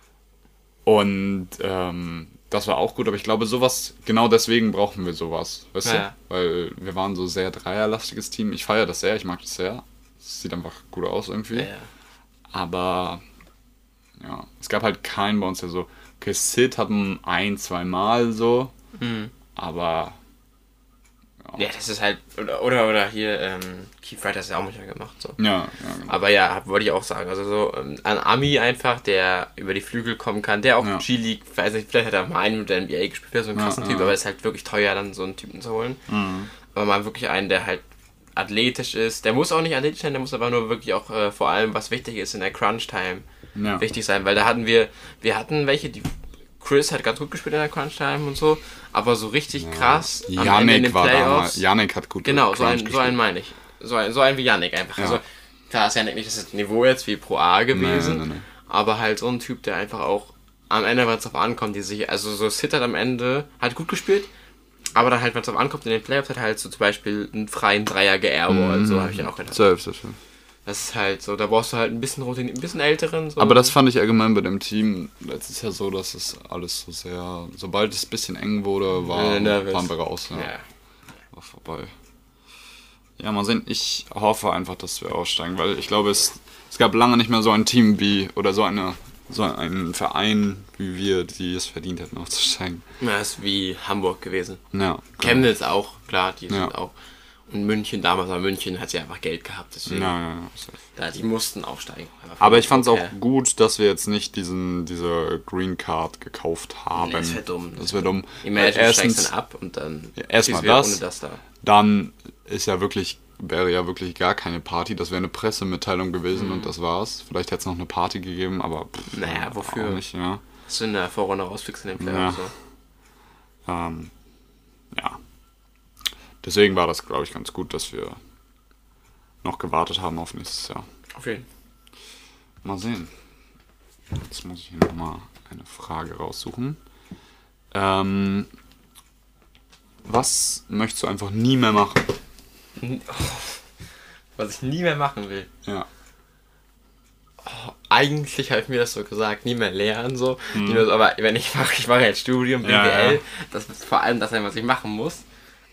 Und das war auch gut, aber ich glaube sowas, genau deswegen brauchen wir sowas, weißt du? Weil wir waren so sehr dreierlastiges Team. Ich feiere das sehr, ich mag das sehr. Es sieht einfach gut aus irgendwie. Aber es gab halt keinen bei uns, der so, okay, Sid hatten 1-2 Mal so, aber ja, das ist halt, oder hier, Keith Wright hat das ja auch manchmal gemacht, so. Ja, genau. Aber ja, wollte ich auch sagen, also so ein Ami einfach, der über die Flügel kommen kann, der auch G-League, weiß nicht, vielleicht hat er mal einen mit der NBA gespielt, der so einen krassen Typ, aber es ist halt wirklich teuer, dann so einen Typen zu holen. Aber mal wirklich einen, der halt athletisch ist, der muss auch nicht athletisch sein, der muss aber nur wirklich auch vor allem, was wichtig ist in der Crunch-Time, wichtig sein, weil da hatten wir hatten welche, die Chris hat ganz gut gespielt in der Crunch-Time und so, aber so richtig krass am Ende in den Playoffs. Yannick hat gut genau, so einen meine ich. So ein wie Yannick einfach. Ja. Also, klar ist Yannick nicht das Niveau jetzt wie Pro A gewesen, nee. Aber halt so ein Typ, der einfach auch am Ende, wenn es drauf ankommt, also so Sid hat am Ende, hat gut gespielt, aber dann halt, wenn es drauf ankommt in den Playoffs, hat er halt so zum Beispiel einen freien Dreier geairballt, so habe ich ja auch gedacht. Selbst. Das ist halt so, da brauchst du halt ein bisschen älteren. So. Aber das fand ich allgemein bei dem Team letztes Jahr so, dass es alles so sehr, sobald es ein bisschen eng wurde, waren wir raus. Ja. War vorbei. Ja, mal sehen, ich hoffe einfach, dass wir aussteigen, weil ich glaube, es gab lange nicht mehr so ein Team oder so einen Verein wie wir, die es verdient hätten aufzusteigen. Ja, ist wie Hamburg gewesen. Ja. Chemnitz auch, klar, die sind auch. Und München damals, aber München hat ja einfach Geld gehabt, deswegen. Die mussten aufsteigen. Aber ich fand es auch gut, dass wir jetzt nicht diese Green Card gekauft haben. Das wäre dumm. Das wäre dumm. Imagine steigst dann ab und dann erstmal das, ohne das da. Dann wäre ja wirklich gar keine Party. Das wäre eine Pressemitteilung gewesen und das war's. Vielleicht hätte es noch eine Party gegeben, aber naja, wofür? Auch nicht, ja. Hast du in der Vorrunde rausfixen in den Playoffs? Ja. Deswegen war das, glaube ich, ganz gut, dass wir noch gewartet haben auf nächstes Jahr. Auf jeden Fall. Mal sehen. Jetzt muss ich hier nochmal eine Frage raussuchen. Was möchtest du einfach nie mehr machen? Was ich nie mehr machen will. Ja. Eigentlich habe ich mir das so gesagt, nie mehr lernen so. Nie mehr so, aber wenn ich mache jetzt Studium, BWL, ja. das ist vor allem das, was ich machen muss.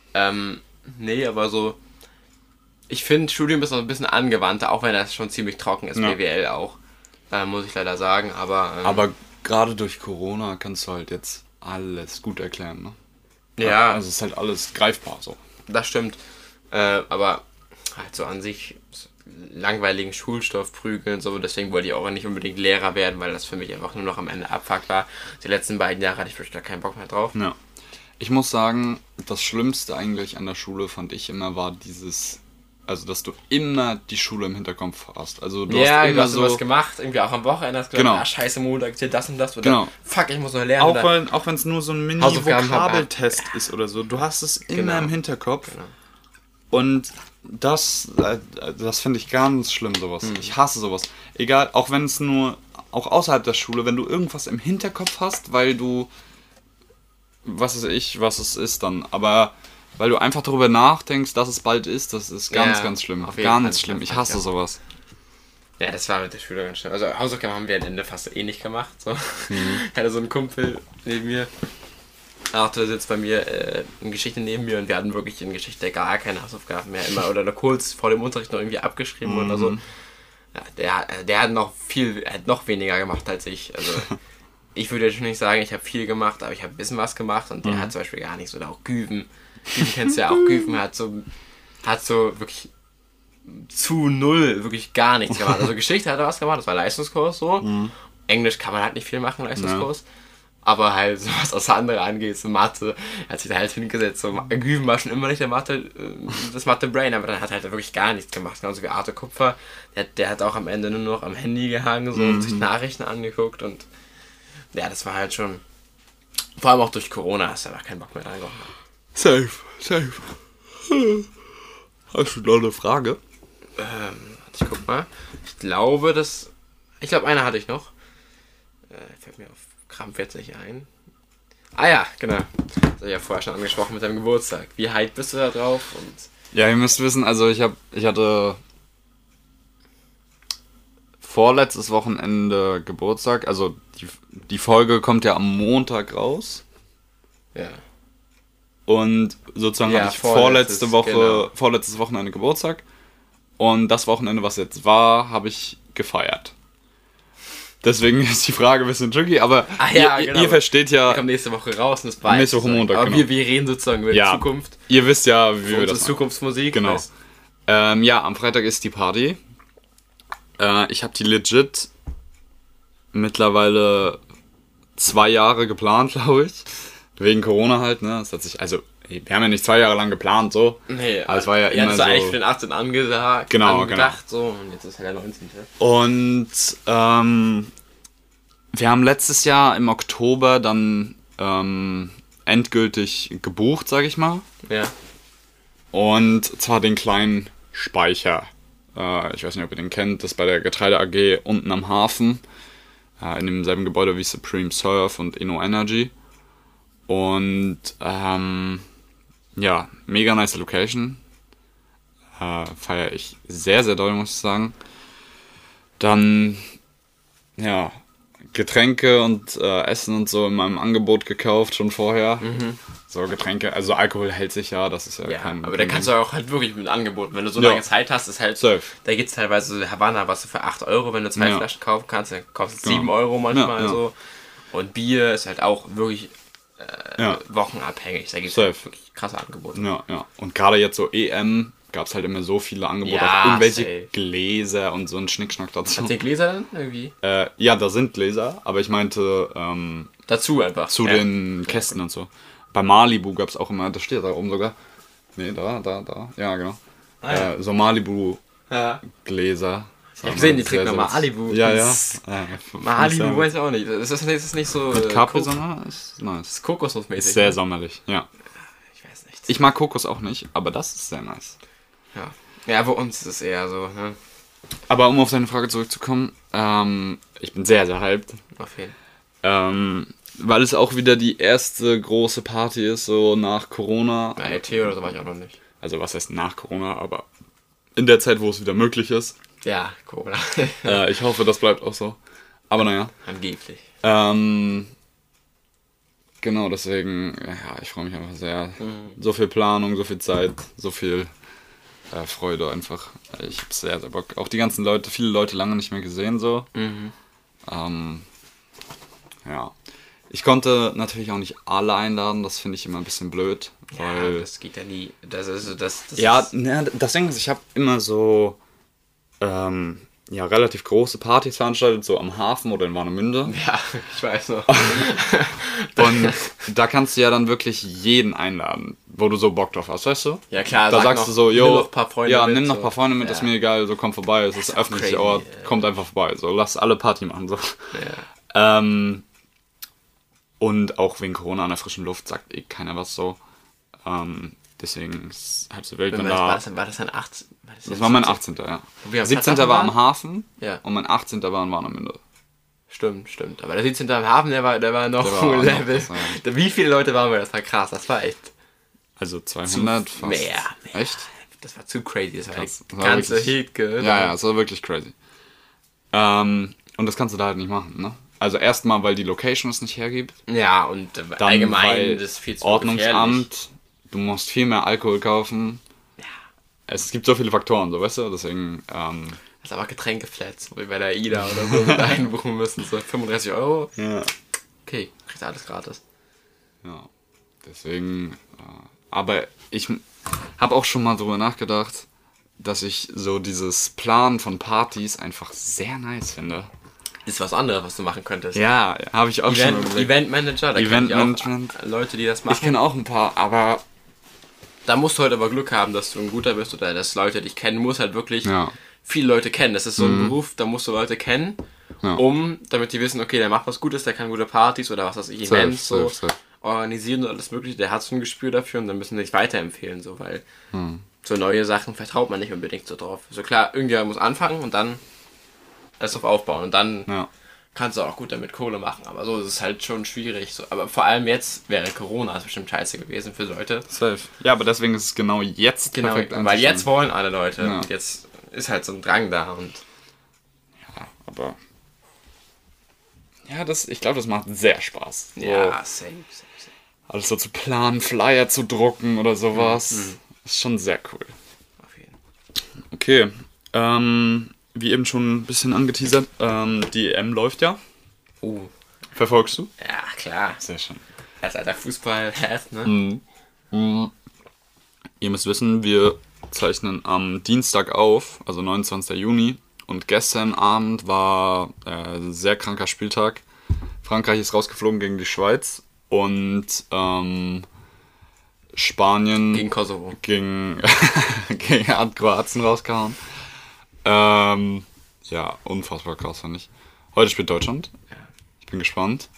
Nee, aber so, ich finde Studium ist noch ein bisschen angewandter, auch wenn das schon ziemlich trocken ist, BWL auch, muss ich leider sagen, aber... aber gerade durch Corona kannst du halt jetzt alles gut erklären, ne? Ja. Also es ist halt alles greifbar so. Das stimmt, aber halt so an sich langweiligen Schulstoff prügeln, so, deswegen wollte ich auch nicht unbedingt Lehrer werden, weil das für mich einfach nur noch am Ende Abfuck war. Die letzten beiden Jahre hatte ich wirklich gar keinen Bock mehr drauf. Ja. Ich muss sagen, das Schlimmste eigentlich an der Schule fand ich immer war also dass du immer die Schule im Hinterkopf hast. Also du hast immer du hast was gemacht, irgendwie auch am Wochenende hast du gesagt, scheiße, Montag ist hier das und das, oder fuck, ich muss noch lernen. Auch wenn es nur so ein Mini-Vokabeltest ist oder so, du hast es immer im Hinterkopf. Genau. Und das finde ich ganz schlimm, sowas. Ich hasse sowas. Egal, auch wenn es auch außerhalb der Schule, wenn du irgendwas im Hinterkopf hast, weil du, was weiß ich, was es ist dann, aber weil du einfach darüber nachdenkst, dass es bald ist, das ist ganz, ganz schlimm. Ganz schlimm, ich hasse sowas. Ja, das war mit der Schule ganz schlimm. Also Hausaufgaben haben wir am Ende fast nicht gemacht. So. Ich hatte so einen Kumpel neben mir, Arthur sitzt bei mir in Geschichte neben mir und wir hatten wirklich in Geschichte gar keine Hausaufgaben mehr immer oder kurz vor dem Unterricht noch irgendwie abgeschrieben oder so. Ja, der hat noch weniger gemacht als ich. Also ich würde jetzt schon nicht sagen, ich habe viel gemacht, aber ich habe ein bisschen was gemacht und der hat zum Beispiel gar nichts. Oder auch Güven. Güven kennst du ja auch. Güven hat so wirklich zu null wirklich gar nichts gemacht. Also Geschichte hat er was gemacht, das war Leistungskurs so. Englisch kann man halt nicht viel machen, Leistungskurs. Aber halt, so was das andere angeht, so Mathe, er hat sich da halt hingesetzt. So, Güven war schon immer nicht das Mathe-Brain, aber dann hat er halt wirklich gar nichts gemacht. Genauso wie Arthur Kupfer, der hat auch am Ende nur noch am Handy gehangen so, und sich Nachrichten angeguckt. Und ja, das war halt schon, vor allem auch durch Corona, hast du einfach keinen Bock mehr reingekommen. Safe. Hast du noch eine Frage? Ich guck mal. Ich glaube, eine hatte ich noch. Fällt mir auf Krampf jetzt nicht ein. Ah ja, genau. Das habe ich ja vorher schon angesprochen mit deinem Geburtstag. Wie hyped bist du da drauf? Und ja, ihr müsst wissen, also ich hatte vorletztes Wochenende Geburtstag. Also die Folge kommt ja am Montag raus. Ja. Und sozusagen hatte ich vorletztes Wochenende Geburtstag. Und das Wochenende, was jetzt war, habe ich gefeiert. Deswegen ist die Frage ein bisschen tricky, aber ihr versteht ja... Wir kommen nächste Woche raus und das war nächste Woche Montag, aber wir reden sozusagen über die Zukunft. Ihr wisst ja, wie wir das machen. Zukunftsmusik. Genau. Am Freitag ist die Party. Ich habe die legit mittlerweile 2 Jahre geplant, glaube ich. Wegen Corona halt, ne? Das hat sich, also, wir haben ja nicht 2 Jahre lang geplant, so. Nee, aber es war ja immer das so... eigentlich für den 18. angedacht, so, und jetzt ist halt der 19. Und, wir haben letztes Jahr im Oktober dann, endgültig gebucht, sag ich mal. Ja. Und zwar den kleinen Speicher. Ich weiß nicht, ob ihr den kennt, das ist bei der Getreide AG unten am Hafen. In demselben Gebäude wie Supreme Surf und Inno Energy. Und mega nice Location. Feiere ich sehr, sehr doll, muss ich sagen. Dann, Getränke und Essen und so in meinem Angebot gekauft, schon vorher. So Getränke, also Alkohol hält sich ja, das ist ja kein... aber da kannst du auch halt wirklich mit Angeboten, wenn du so lange Zeit hast, ist halt... Safe. Da gibt es teilweise Havanna, was du für 8 Euro, wenn du 2 Flaschen kaufen kannst, dann kostet es 7 Euro manchmal so. Und Bier ist halt auch wirklich... wochenabhängig. Da gibt es halt wirklich krasse Angebote. Ja. Und gerade jetzt so EM gab es halt immer so viele Angebote. Auch irgendwelche Gläser und so ein Schnickschnack dazu. Hat der Gläser dann irgendwie? Da sind Gläser, aber ich meinte dazu einfach. Zu den Kästen und so. Bei Malibu gab es auch immer, das steht da oben sogar. Nee, da. Ja, genau. So Malibu-Gläser. Ich hab gesehen, die trinken noch Malibu. Ja. Malibu weiß ich auch nicht. Das ist nicht so... Mit Capri, sondern ist nice. Das ist kokosnussmäßig. Ist sehr sommerlich, ja. Ich weiß nicht. Ich mag Kokos auch nicht, aber das ist sehr nice. Ja, bei uns ist es eher so, ne? Aber um auf deine Frage zurückzukommen, ich bin sehr, sehr hyped. Auf jeden Fall. weil es auch wieder die erste große Party ist, so nach Corona. Na, LT oder so war ich auch noch nicht. Also was heißt nach Corona, aber in der Zeit, wo es wieder möglich ist. Ja, Corona. Ich hoffe, das bleibt auch so. Aber naja. Angeblich. Genau, deswegen, ja, ich freue mich einfach sehr. So viel Planung, so viel Zeit, so viel Freude einfach. Ich habe sehr, sehr Bock. Auch die ganzen Leute, viele Leute lange nicht mehr gesehen, so. Ja. Ich konnte natürlich auch nicht alle einladen, das finde ich immer ein bisschen blöd. Weil Ja, das geht ja nie. Das Ding ist, ich habe immer so relativ große Partys veranstaltet, so am Hafen oder in Warnemünde. Ja, ich weiß noch. Und da kannst du ja dann wirklich jeden einladen, wo du so Bock drauf hast, weißt du? Ja klar, da sagst noch, du so, nimm noch ein paar Freunde mit. Nimm noch ein so. paar Freunde mit, ist mir egal, so komm vorbei, es ist öffentlicher Ort, kommt einfach vorbei, so lass alle Party machen, so. Ja. Und auch wegen Corona an der frischen Luft sagt keiner was so. Deswegen ist halb so wild, wenn da... War das ein 18? Das war mein 18. ja. 17. war am Hafen und mein 18. war in Warnemünde. Stimmt. Aber der 17. am Hafen, der war noch Full Level. Wie viele Leute waren wir? Das war krass, das war echt... Also 200 fast. Mehr. Echt? Das war zu crazy, das war Krass. die ganze Heat gehört. Ja, es war wirklich crazy. Und das kannst du da halt nicht machen, ne? Also erstmal, weil die Location es nicht hergibt. Ja, und Dann, allgemein das ist viel zu Ordnungsamt, gefährlich. du musst viel mehr Alkohol kaufen. Ja. Es gibt so viele Faktoren, so weißt du, deswegen... Das ist aber Getränkeflats, wo wir bei der AIDA oder so mit einbuchen müssen, so 35 €. Ja. Okay, kriegst alles gratis. Ja, deswegen... aber ich habe auch schon mal drüber nachgedacht, dass ich so dieses Planen von Partys einfach sehr nice finde. Ist was anderes, was du machen könntest. Ja, habe ich auch schon überlegt. Eventmanager, da kenn ich auch Leute, die das machen. Ich kenne auch ein paar, aber... Da musst du halt aber Glück haben, dass du ein guter bist oder dass Leute dich kennen. Du musst halt wirklich viele Leute kennen. Das ist so ein Beruf, da musst du Leute kennen, damit die wissen, okay, der macht was Gutes, der kann gute Partys oder was weiß ich, Events safe. Organisieren und alles mögliche. Der hat so ein Gespür dafür und dann müssen sie dich weiterempfehlen, so, weil so neue Sachen vertraut man nicht unbedingt so drauf. So klar, irgendjemand muss anfangen und dann erst auf aufbauen und dann kannst du auch gut damit Kohle machen, aber so ist es halt schon schwierig. So. Aber vor allem jetzt wäre Corona ist bestimmt scheiße gewesen für Leute. Safe. Ja, aber deswegen ist es genau jetzt perfekt. Weil jetzt wollen alle Leute und jetzt ist halt so ein Drang da und ja, aber ja, ich glaube, das macht sehr Spaß. So, ja, safe. alles so zu planen, Flyer zu drucken oder sowas. Ist schon sehr cool. Auf jeden. Okay, wie eben schon ein bisschen angeteasert, die EM läuft ja. Verfolgst du? Ja, klar. Sehr schön. Als alter Fußball-Head, ne? Ihr müsst wissen, wir zeichnen am Dienstag auf, also 29. Juni. Und gestern Abend war ein sehr kranker Spieltag. Frankreich ist rausgeflogen gegen die Schweiz und Spanien Gegen Kosovo. hat Kroatien rausgehauen. Ja, unfassbar krass, fand ich. Heute spielt Deutschland. Ja. Ich bin gespannt.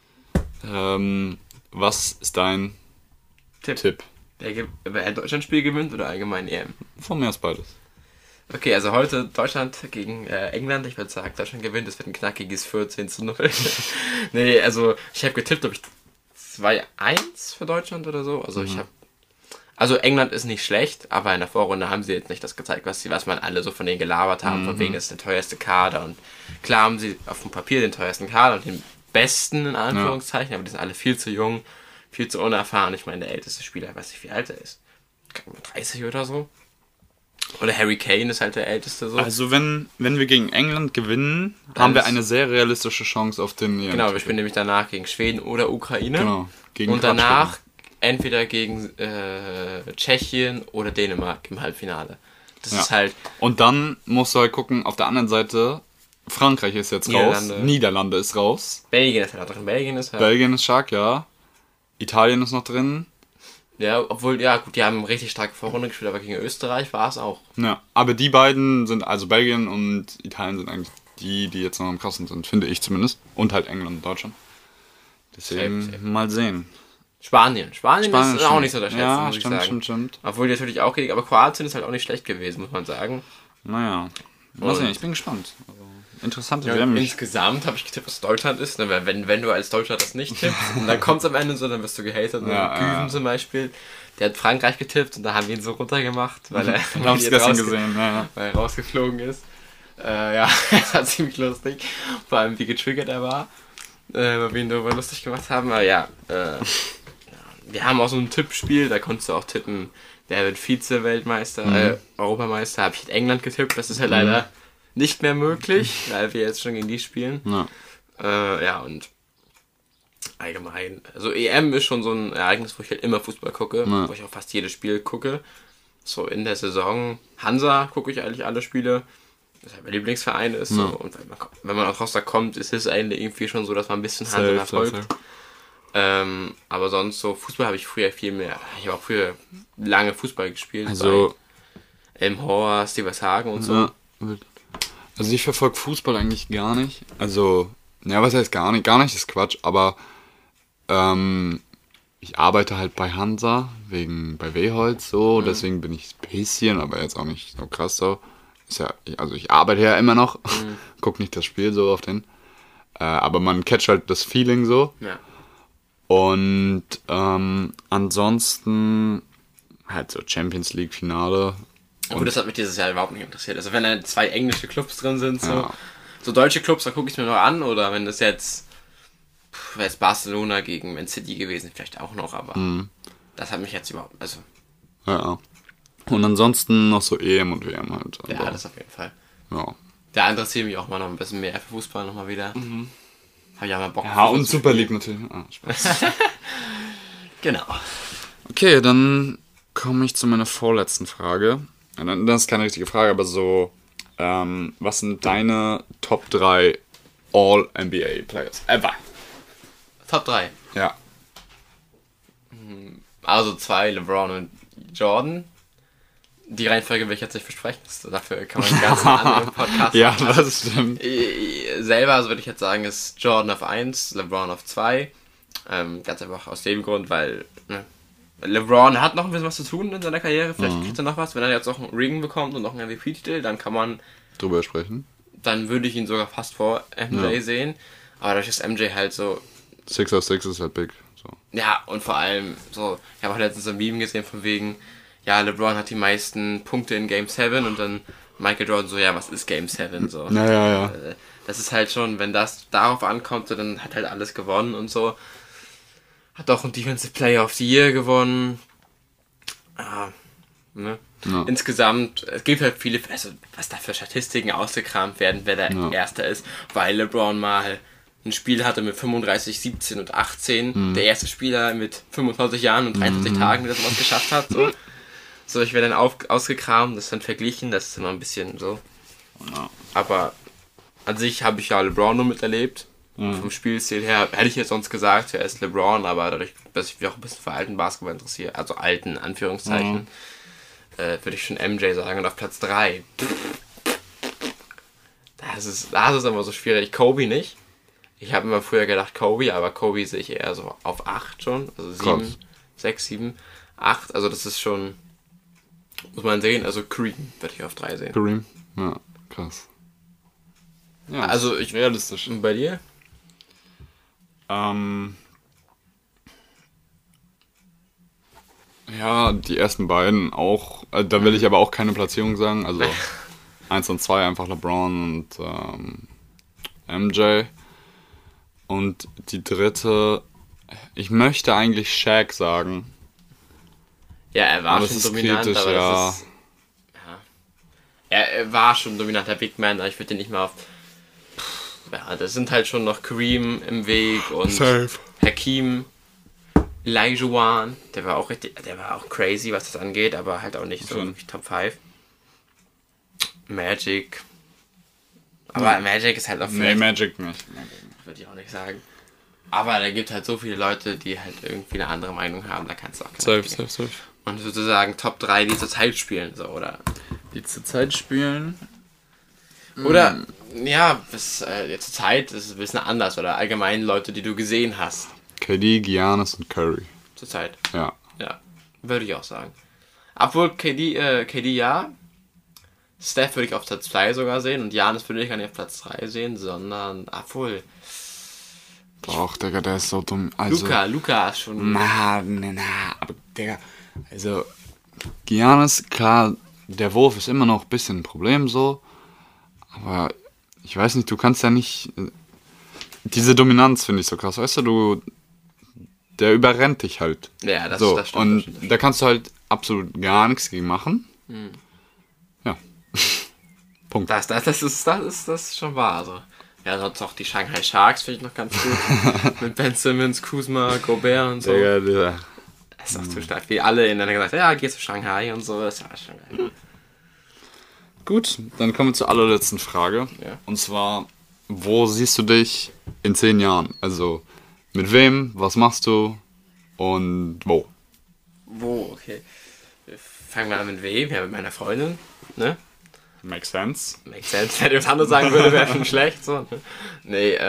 Was ist dein Tipp? Wer ein Deutschland-Spiel gewinnt oder allgemein EM? Von mir aus beides. Okay, also heute Deutschland gegen England. Ich würde sagen, Deutschland gewinnt. Es wird ein knackiges 14:0. Nee, also ich habe getippt, glaube ich, 2-1 für Deutschland oder so. Also England ist nicht schlecht, aber in der Vorrunde haben sie jetzt nicht das gezeigt, was man alle so von denen gelabert haben, von wegen, das ist der teuerste Kader. Und klar haben sie auf dem Papier den teuersten Kader und den besten, in Anführungszeichen, aber die sind alle viel zu jung, viel zu unerfahren. Ich meine, der älteste Spieler, ich weiß nicht, wie alt er ist. 30 oder so. Oder Harry Kane ist halt der älteste so. Also wenn wir gegen England gewinnen, dann haben wir eine sehr realistische Chance auf den EM. Genau, wir spielen nämlich danach gegen Schweden oder Ukraine. Genau, gegen und danach entweder gegen Tschechien oder Dänemark im Halbfinale. Das ist halt... Und dann musst du halt gucken, auf der anderen Seite, Frankreich ist jetzt raus, Niederlande ist raus. Belgien ist halt drin, Belgien ist stark, ja. Italien ist noch drin. Ja, obwohl, ja gut, die haben eine richtig starke Vorrunde gespielt, aber gegen Österreich war es auch. Ja, aber die beiden sind, also Belgien und Italien sind eigentlich die jetzt noch am krassen sind, finde ich zumindest. Und halt England und Deutschland. Deswegen safe. Mal sehen. Spanien ist auch nicht so der Schlechteste, muss ich sagen. Stimmt. Obwohl die natürlich auch aber Kroatien ist halt auch nicht schlecht gewesen, muss man sagen. Naja, mal sehen, ich bin gespannt. Also, interessante WM. Insgesamt habe ich getippt, was Deutschland ist. Ne? Wenn du als Deutscher das nicht tippst, und dann kommt es am Ende so, dann wirst du gehatet. Güven zum Beispiel, der hat Frankreich getippt und da haben wir ihn so runtergemacht, weil er weil er rausgeflogen ist. Das war ziemlich lustig. Vor allem, wie getriggert er war. Weil wir ihn darüber lustig gemacht haben. Aber wir haben auch so ein Tippspiel, da konntest du auch tippen, wer wird Vize-Weltmeister, Europameister. Habe ich in England getippt, das ist ja leider nicht mehr möglich, weil wir jetzt schon gegen die spielen. Und allgemein. Also EM ist schon so ein Ereignis, wo ich halt immer Fußball gucke, wo ich auch fast jedes Spiel gucke. So in der Saison. Hansa gucke ich eigentlich alle Spiele, das halt mein Lieblingsverein ist. So. Und wenn man aus Rostock kommt, ist es eigentlich irgendwie schon so, dass man ein bisschen Hansa verfolgt. Aber sonst so, Fußball habe ich früher viel mehr. Ich habe auch früher lange Fußball gespielt. Also Elmhorst, Stievershagen und so. Also ich verfolge Fußball eigentlich gar nicht. Also, was heißt gar nicht? Gar nicht ist Quatsch, aber ich arbeite halt bei Hansa, bei Weholz so, deswegen bin ich ein bisschen, aber jetzt auch nicht so krass so. Also ich arbeite ja immer noch, guck nicht das Spiel so auf den. Aber man catcht halt das Feeling so. Ja. Und ansonsten halt so Champions League Finale. Und das hat mich dieses Jahr überhaupt nicht interessiert. Also wenn da 2 englische Clubs drin sind, so deutsche Clubs, dann gucke ich mir noch an. Oder wenn das jetzt wäre es Barcelona gegen Man City gewesen, vielleicht auch noch, aber das hat mich jetzt überhaupt, also. Ja. Und ansonsten noch so EM und WM halt. Ja, aber das auf jeden Fall. Ja. Da interessiert mich auch mal noch ein bisschen mehr für Fußball nochmal wieder. Hab ich ja mal Bock. Ja, und Super League natürlich. Spaß. Genau. Okay, dann komme ich zu meiner vorletzten Frage. Das ist keine richtige Frage, aber so, was sind deine Top 3 All-NBA-Players ever? Top 3? Ja. Also 2, LeBron und Jordan. Die Reihenfolge will ich jetzt nicht versprechen. Dafür kann man einen ganz anderen Podcast machen. Ja, das stimmt. Selber, also würde ich jetzt sagen, ist Jordan auf 1, LeBron auf 2. Ganz einfach aus dem Grund, weil LeBron hat noch ein bisschen was zu tun in seiner Karriere. Vielleicht kriegt er noch was. Wenn er jetzt noch einen Ring bekommt und noch einen MVP-Titel, dann kann man drüber sprechen. Dann würde ich ihn sogar fast vor MJ sehen. Aber dadurch ist MJ halt so 6 aus 6 ist halt big. So. Ja, und vor allem so, ich habe auch letztens so ein Meme gesehen von wegen, ja, LeBron hat die meisten Punkte in Game 7 und dann Michael Jordan so, ja, was ist Game 7? So. Ja. Das ist halt schon, wenn das darauf ankommt, so, dann hat halt alles gewonnen und so. Hat auch ein Defensive Player of the Year gewonnen. Insgesamt, es gibt halt viele, also was da für Statistiken ausgekramt werden, wer der Erste ist, weil LeBron mal ein Spiel hatte mit 35, 17 und 18. Der erste Spieler mit 25 Jahren und 23 Tagen, der das was geschafft hat. So, ich werde dann ausgekramt, das dann verglichen, das ist immer ein bisschen so. Aber an sich habe ich ja LeBron nur miterlebt. Vom Spielstil her hätte ich jetzt sonst gesagt, er ist LeBron, aber dadurch, dass ich mich auch ein bisschen für alten Basketball interessiere, also alten Anführungszeichen, würde ich schon MJ sagen. Und auf Platz 3, das ist immer so schwierig. Kobe nicht. Ich habe immer früher gedacht Kobe, aber Kobe sehe ich eher so auf 8 schon. Also 7, 6, 7, 8. Also das ist schon, muss man sehen. Also Kareem würde ich auf 3 sehen. Kareem? Ja, krass. Ja, also realistisch. Und bei dir? Ja, die ersten beiden auch. Da will ich aber auch keine Platzierung sagen. Also 1 und 2 einfach LeBron und MJ. Und die dritte, ich möchte eigentlich Shaq sagen. Ja, er war schon dominant, kritisch, aber das ist... Ja. Er war schon dominanter Big Man, aber ich würde den nicht mal auf... Ja, das sind halt schon noch Kareem im Weg und Hakeem, Olajuwon, der war auch crazy, was das angeht, aber halt auch nicht so wirklich Top 5. Magic. Aber Magic ist halt auch... Nee, Magic nicht. Würde ich auch nicht sagen. Aber da gibt halt so viele Leute, die halt irgendwie eine andere Meinung haben, da kannst du auch Safe. Und sozusagen Top 3, die zur Zeit spielen, so, oder? Die zur Zeit spielen? Oder, ja, zur Zeit ist es ein bisschen anders, oder allgemein Leute, die du gesehen hast. KD, Giannis und Curry. Zur Zeit. Ja. Ja, würde ich auch sagen. Obwohl KD ja, Steph würde ich auf Platz 2 sogar sehen und Giannis würde ich gar nicht auf Platz 3 sehen, sondern, obwohl. Doch, Digga, der ist so dumm. Also, Luka ist schon... aber Digga, also, Giannis, klar, der Wurf ist immer noch ein bisschen ein Problem so, aber ich weiß nicht, du kannst ja nicht... Diese Dominanz finde ich so krass, weißt du, der überrennt dich halt. Ja, das so, stimmt. Und da kannst du halt absolut gar nichts gegen machen. Ja. Punkt. Das ist schon wahr. Also. Ja, sonst auch die Shanghai Sharks finde ich noch ganz gut. Mit Ben Simmons, Kuzma, Gobert und so. Digga. Das ist auch zu stark. Wie alle ineinander gesagt, ja, geh zu Shanghai und so. Das ist ja schon geil. Gut, dann kommen wir zur allerletzten Frage. Ja. Und zwar, wo siehst du dich in 10 Jahren? Also, mit wem, was machst du und wo? Wo, okay. Fangen wir an mit wem? Ja, mit meiner Freundin, ne? Makes sense. Makes sense. Wenn ich was anderes sagen würde, wäre schon schlecht. So, ne? Nee,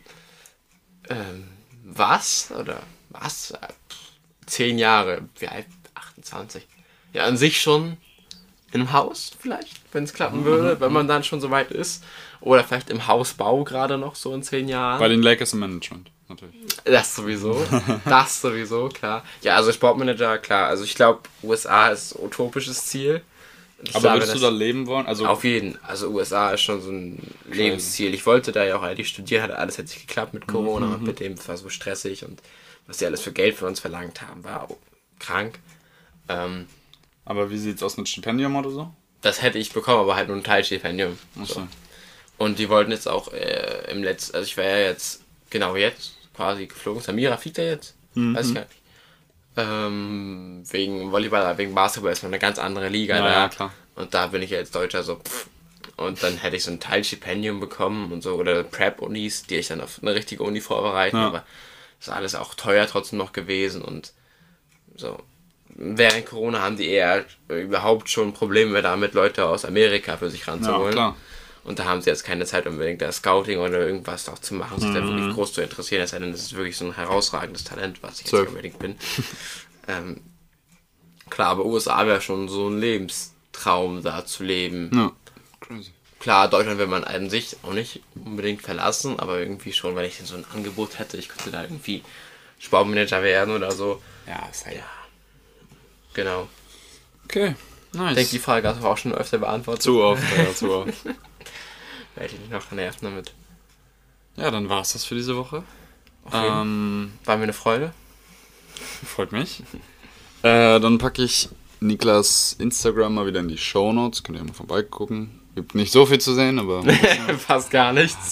was? Oder was? 10 Jahre. Wie alt? 28. Ja, an sich schon in einem Haus vielleicht, wenn es klappen würde, wenn man dann schon so weit ist. Oder vielleicht im Hausbau gerade noch so in 10 Jahren. Bei den Lakers im Management, natürlich. Das sowieso, klar. Ja, also Sportmanager, klar. Also ich glaube, USA ist ein utopisches Ziel. Aber würdest du da leben wollen? Also auf jeden. Also USA ist schon so ein Lebensziel. Ich wollte da ja auch eigentlich studieren, alles hat nicht geklappt mit Corona und mit dem, es war so stressig und was die alles für Geld von uns verlangt haben, war krank. Aber wie sieht's aus mit Stipendium oder so? Das hätte ich bekommen, aber halt nur ein Teilstipendium. Achso. Und die wollten jetzt auch im letzten, also ich war ja jetzt quasi geflogen. Samira fliegt ja jetzt? Weiß ich gar nicht. Wegen Volleyball, wegen Basketball ist noch eine ganz andere Liga da. Ja, klar. Und da bin ich ja jetzt Deutscher so Und dann hätte ich so ein Teilstipendium bekommen und so. Oder Prep-Unis, die ich dann auf eine richtige Uni vorbereiten. Ja. Aber das ist alles auch teuer trotzdem noch gewesen. Und so. Während Corona haben die eher überhaupt schon Probleme damit, Leute aus Amerika für sich ranzuholen. Ja, klar. Und da haben sie jetzt keine Zeit, unbedingt da Scouting oder irgendwas auch zu machen, sich da wirklich groß zu interessieren. Es sei denn, das ist wirklich so ein herausragendes Talent, was ich jetzt nicht unbedingt bin. Klar, aber USA wäre schon so ein Lebenstraum, da zu leben. Ja, crazy. Klar, Deutschland will man an sich auch nicht unbedingt verlassen, aber irgendwie schon, wenn ich denn so ein Angebot hätte, ich könnte da irgendwie Sportmanager werden oder so. Ja, ist halt. Ja. Genau. Okay, nice. Ich denke, die Frage hast du auch schon öfter beantwortet. Zu oft, ja, zu oft. Werde ich nicht noch nerven damit. Ja, dann war's das für diese Woche. War mir eine Freude. Freut mich. Dann packe ich Niklas Instagram mal wieder in die Shownotes. Könnt ihr mal vorbeigucken. Gibt nicht so viel zu sehen, aber... Fast gar nichts.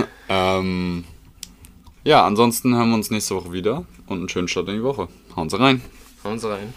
Ja, ansonsten hören wir uns nächste Woche wieder. Und einen schönen Start in die Woche. Hauen Sie rein. Hauen Sie rein.